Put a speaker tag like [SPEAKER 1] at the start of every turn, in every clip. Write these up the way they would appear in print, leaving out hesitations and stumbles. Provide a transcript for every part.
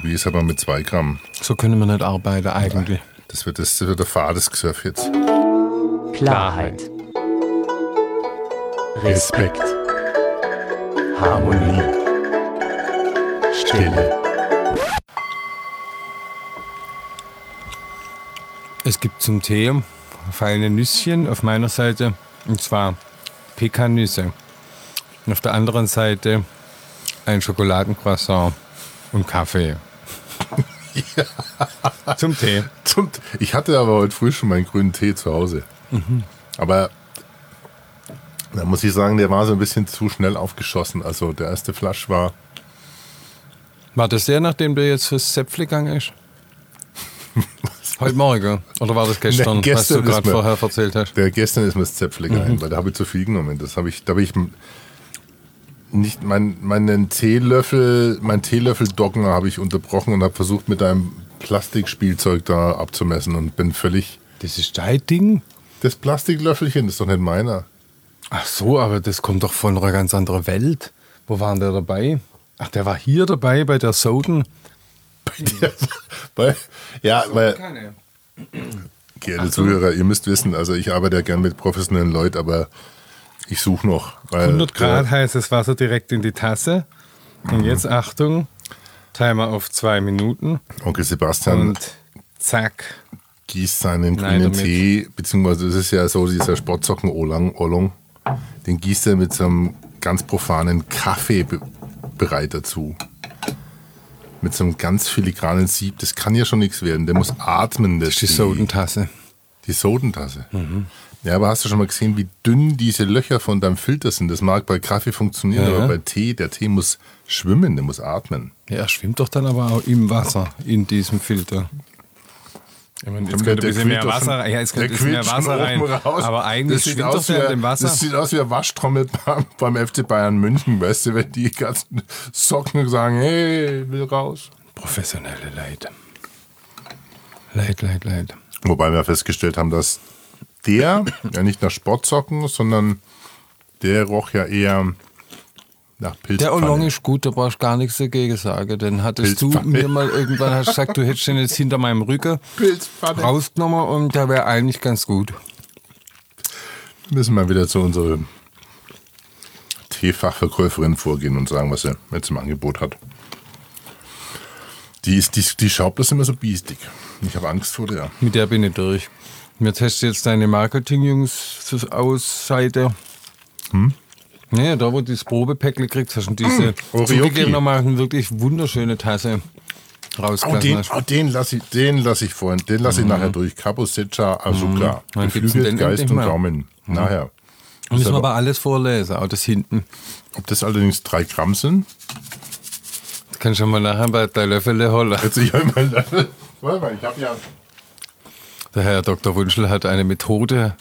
[SPEAKER 1] Wie ist aber mit 2 Gramm?
[SPEAKER 2] So können wir nicht arbeiten eigentlich.
[SPEAKER 1] Das wird der fades Gesöff jetzt.
[SPEAKER 3] Klarheit. Respekt. Harmonie. Stille.
[SPEAKER 2] Es gibt zum Tee feine Nüsschen auf meiner Seite, und zwar Pekannüsse. Und auf der anderen Seite ein Schokoladencroissant und Kaffee. Ja. Zum Tee.
[SPEAKER 1] Ich hatte aber heute früh schon meinen grünen Tee zu Hause. Aber da muss ich sagen, der war so ein bisschen zu schnell aufgeschossen. Also der erste Flasch war...
[SPEAKER 2] War das der, nachdem der jetzt fürs Zäpfle gegangen ist? Heute Morgen? Oder war das gestern,
[SPEAKER 1] Nee,
[SPEAKER 2] was du gerade vorher erzählt hast?
[SPEAKER 1] Gestern ist mir das Zäpfle gegangen, weil da habe ich zu viel genommen. Da habe ich nicht mein Teelöffel-Dogma habe ich unterbrochen und habe versucht, mit einem Plastikspielzeug da abzumessen und bin völlig...
[SPEAKER 2] Das ist dein Ding?
[SPEAKER 1] Das Plastiklöffelchen, das ist doch nicht meiner.
[SPEAKER 2] Ach so, aber das kommt doch von einer ganz anderen Welt. Wo war denn der dabei? Ach, der war hier dabei bei der Soden. Geehrte
[SPEAKER 1] Zuhörer, ihr müsst wissen, also ich arbeite ja gern mit professionellen Leuten, aber ich suche noch.
[SPEAKER 2] 100 Grad heißes Wasser direkt in die Tasse. Und jetzt Achtung, Timer auf 2 Minuten.
[SPEAKER 1] Onkel Sebastian
[SPEAKER 2] und zack.
[SPEAKER 1] Gießt seinen grünen Tee, beziehungsweise das ist ja so dieser Sportsocken-Oolong, den gießt er mit so einem ganz profanen Kaffee bereit dazu. Mit so einem ganz filigranen Sieb. Das kann ja schon nichts werden. Der muss atmen. Das
[SPEAKER 2] ist die Sodentasse.
[SPEAKER 1] Die Sodentasse. Ja, aber hast du schon mal gesehen, wie dünn diese Löcher von deinem Filter sind? Das mag bei Kaffee funktionieren, aber bei Tee, der Tee muss schwimmen, der muss atmen.
[SPEAKER 2] Ja, er schwimmt doch dann aber auch im Wasser, in diesem Filter. Ich meine, jetzt könnte ein bisschen mehr Wasser rein. Ja, jetzt könnte ein bisschen mehr Wasser rein. Aber eigentlich schwimmt doch der im Wasser.
[SPEAKER 1] Das sieht aus wie ein Waschtrommel beim FC Bayern München, weißt du, wenn die ganzen Socken sagen, hey, will raus.
[SPEAKER 2] Professionelle Leute. Leid.
[SPEAKER 1] Wobei wir festgestellt haben, dass der ja nicht nach Sportsocken, sondern der roch ja eher nach Pilzpfanne.
[SPEAKER 2] Der Oolong ist gut, da brauchst du gar nichts dagegen sagen. Denn hattest du mir mal irgendwann hast gesagt, du hättest den jetzt hinter meinem Rücken rausgenommen und der wäre eigentlich ganz gut.
[SPEAKER 1] Müssen wir wieder zu unserer Teefachverkäuferin vorgehen und sagen, was er jetzt im Angebot hat. Die schaut bloß immer so biestig. Ich habe Angst vor der.
[SPEAKER 2] Mit der bin ich durch. Mir testest jetzt deine Marketing-Jungs aus Seite. Ja, da wo du das Probepäckle kriegst, hast du diese zugegebenermaßen wirklich wunderschöne Tasse rausgelassen hast.
[SPEAKER 1] Den lasse ich vorhin, den lasse ich nachher durch. Kaposecha Azuka. Geflügelt Geist und Gaumen. Nachher.
[SPEAKER 2] Müssen wir aber alles vorlesen, auch das hinten.
[SPEAKER 1] Ob das allerdings 3 Gramm sind?
[SPEAKER 2] Das kannst du mal nachher bei der Löffel holen.
[SPEAKER 1] Jetzt ich mal einen Löffel. Warte mal, ich habe ja...
[SPEAKER 2] Der Herr Dr. Wunschel hat eine Methode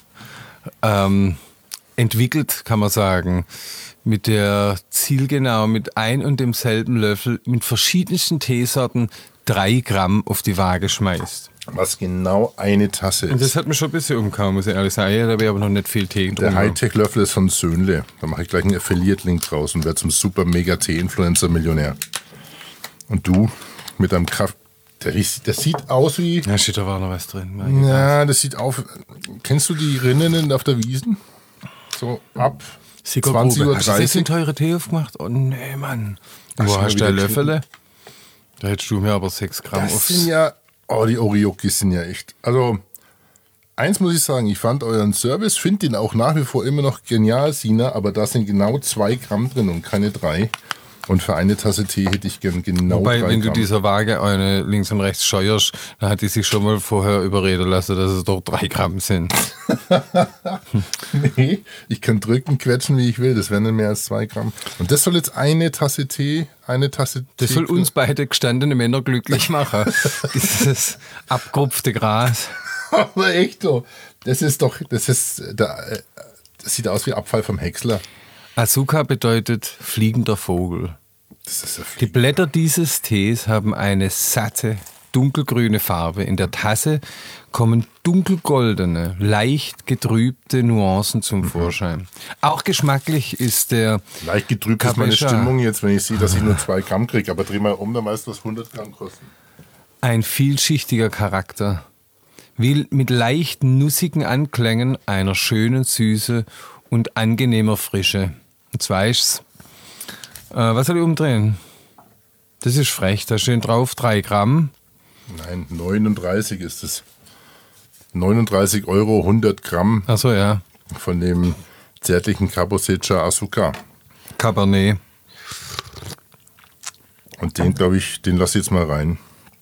[SPEAKER 2] entwickelt, kann man sagen, mit der zielgenau mit ein und demselben Löffel mit verschiedensten Teesorten 3 Gramm auf die Waage schmeißt.
[SPEAKER 1] Was genau eine Tasse ist.
[SPEAKER 2] Und das hat mich schon ein bisschen umgehauen, muss ich ehrlich sagen. Ja, da wäre aber noch nicht viel Tee drin.
[SPEAKER 1] Der Hightech-Löffel ist von Söhnle. Da mache ich gleich einen Affiliate-Link draus und werde zum super-mega-Tee-Influencer-Millionär. Und du mit deinem Kaffee. Das sieht aus wie...
[SPEAKER 2] Ja, steht da war noch was drin.
[SPEAKER 1] Ja, das sieht auf... Kennst du die Rinnen auf der Wiesn? So ab 20:30 Uhr.
[SPEAKER 2] Hast du 16 teure Tee aufgemacht? Oh nee, Mann. Wo hast du Löffel? Da hättest du mir aber 6 Gramm
[SPEAKER 1] Das sind ja... Oh, die Oriokis sind ja echt... Also, eins muss ich sagen, ich fand euren Service, finde den auch nach wie vor immer noch genial, Sina, aber da sind genau 2 Gramm drin und keine 3. Und für eine Tasse Tee hätte ich gern genau 3 Gramm.
[SPEAKER 2] Wobei, wenn du dieser Waage eine links und rechts steuerst, dann hat die sich schon mal vorher überreden lassen, dass es doch 3 Gramm sind.
[SPEAKER 1] Nee, ich kann drücken, quetschen, wie ich will. Das wären nicht mehr als 2 Gramm. Und das soll jetzt eine Tasse Tee.
[SPEAKER 2] Das soll uns beide gestandene Männer glücklich machen. Dieses abgerupfte Gras.
[SPEAKER 1] Aber echt so. Das sieht aus wie Abfall vom Häcksler.
[SPEAKER 2] Azuka bedeutet fliegender Vogel. Die Blätter dieses Tees haben eine satte, dunkelgrüne Farbe. In der Tasse kommen dunkelgoldene, leicht getrübte Nuancen zum Vorschein. Auch geschmacklich ist der
[SPEAKER 1] leicht getrübt ist meine Stimmung jetzt, wenn ich sehe, dass ich nur 2 Gramm kriege. Aber dreh mal um, dann weißt du, was 100 Gramm kosten.
[SPEAKER 2] ein vielschichtiger Charakter. Will mit leicht nussigen Anklängen einer schönen Süße und angenehmer Frische. Jetzt weißt's. Was soll ich umdrehen? Das ist frech, da steht drauf 3 Gramm.
[SPEAKER 1] Nein, 39 ist es. 39 Euro, 100 Gramm.
[SPEAKER 2] Ach so, ja.
[SPEAKER 1] Von dem zärtlichen Cabocecha Azucar.
[SPEAKER 2] Cabernet.
[SPEAKER 1] Und den, glaube ich, den lasse ich jetzt mal rein.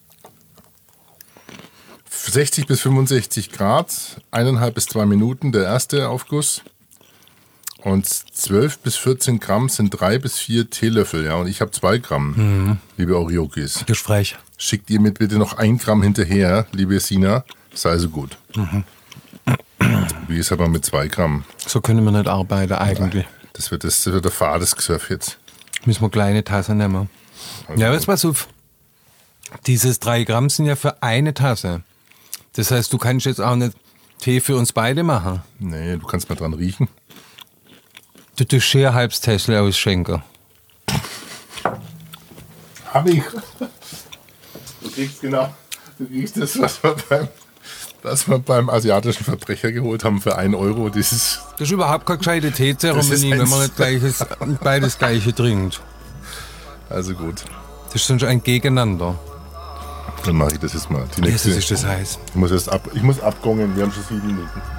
[SPEAKER 1] 60 bis 65 Grad, 1,5 bis 2 Minuten der erste Aufguss. Und 12 bis 14 Gramm sind 3 bis 4 Teelöffel. Ja, und ich habe 2 Gramm, liebe Oriokis.
[SPEAKER 2] Das ist frech.
[SPEAKER 1] Schickt ihr mit bitte noch 1 Gramm hinterher, liebe Sina. Sei so gut. Wie ist aber mit 2 Gramm?
[SPEAKER 2] So können wir nicht arbeiten eigentlich.
[SPEAKER 1] Das wird der fades Gesöff jetzt.
[SPEAKER 2] Müssen wir kleine Tasse nehmen.
[SPEAKER 1] Also
[SPEAKER 2] Ja, jetzt pass auf. Dieses 3 Gramm sind ja für eine Tasse. Das heißt, du kannst jetzt auch nicht Tee für uns beide machen.
[SPEAKER 1] Nee, du kannst mal dran riechen.
[SPEAKER 2] Du tust schier halbes Täschle ausschenken.
[SPEAKER 1] Hab ich. Du kriegst das, was wir beim asiatischen Verbrecher geholt haben für 1 Euro.
[SPEAKER 2] Das ist überhaupt keine gescheite Teezeremonie, wenn man nicht beides Gleiche trinkt.
[SPEAKER 1] Also gut.
[SPEAKER 2] Das ist sonst ein Gegeneinander.
[SPEAKER 1] Dann mache ich das jetzt mal.
[SPEAKER 2] Jetzt ist das heiß.
[SPEAKER 1] Ich muss abgungen, wir haben schon 7 Minuten.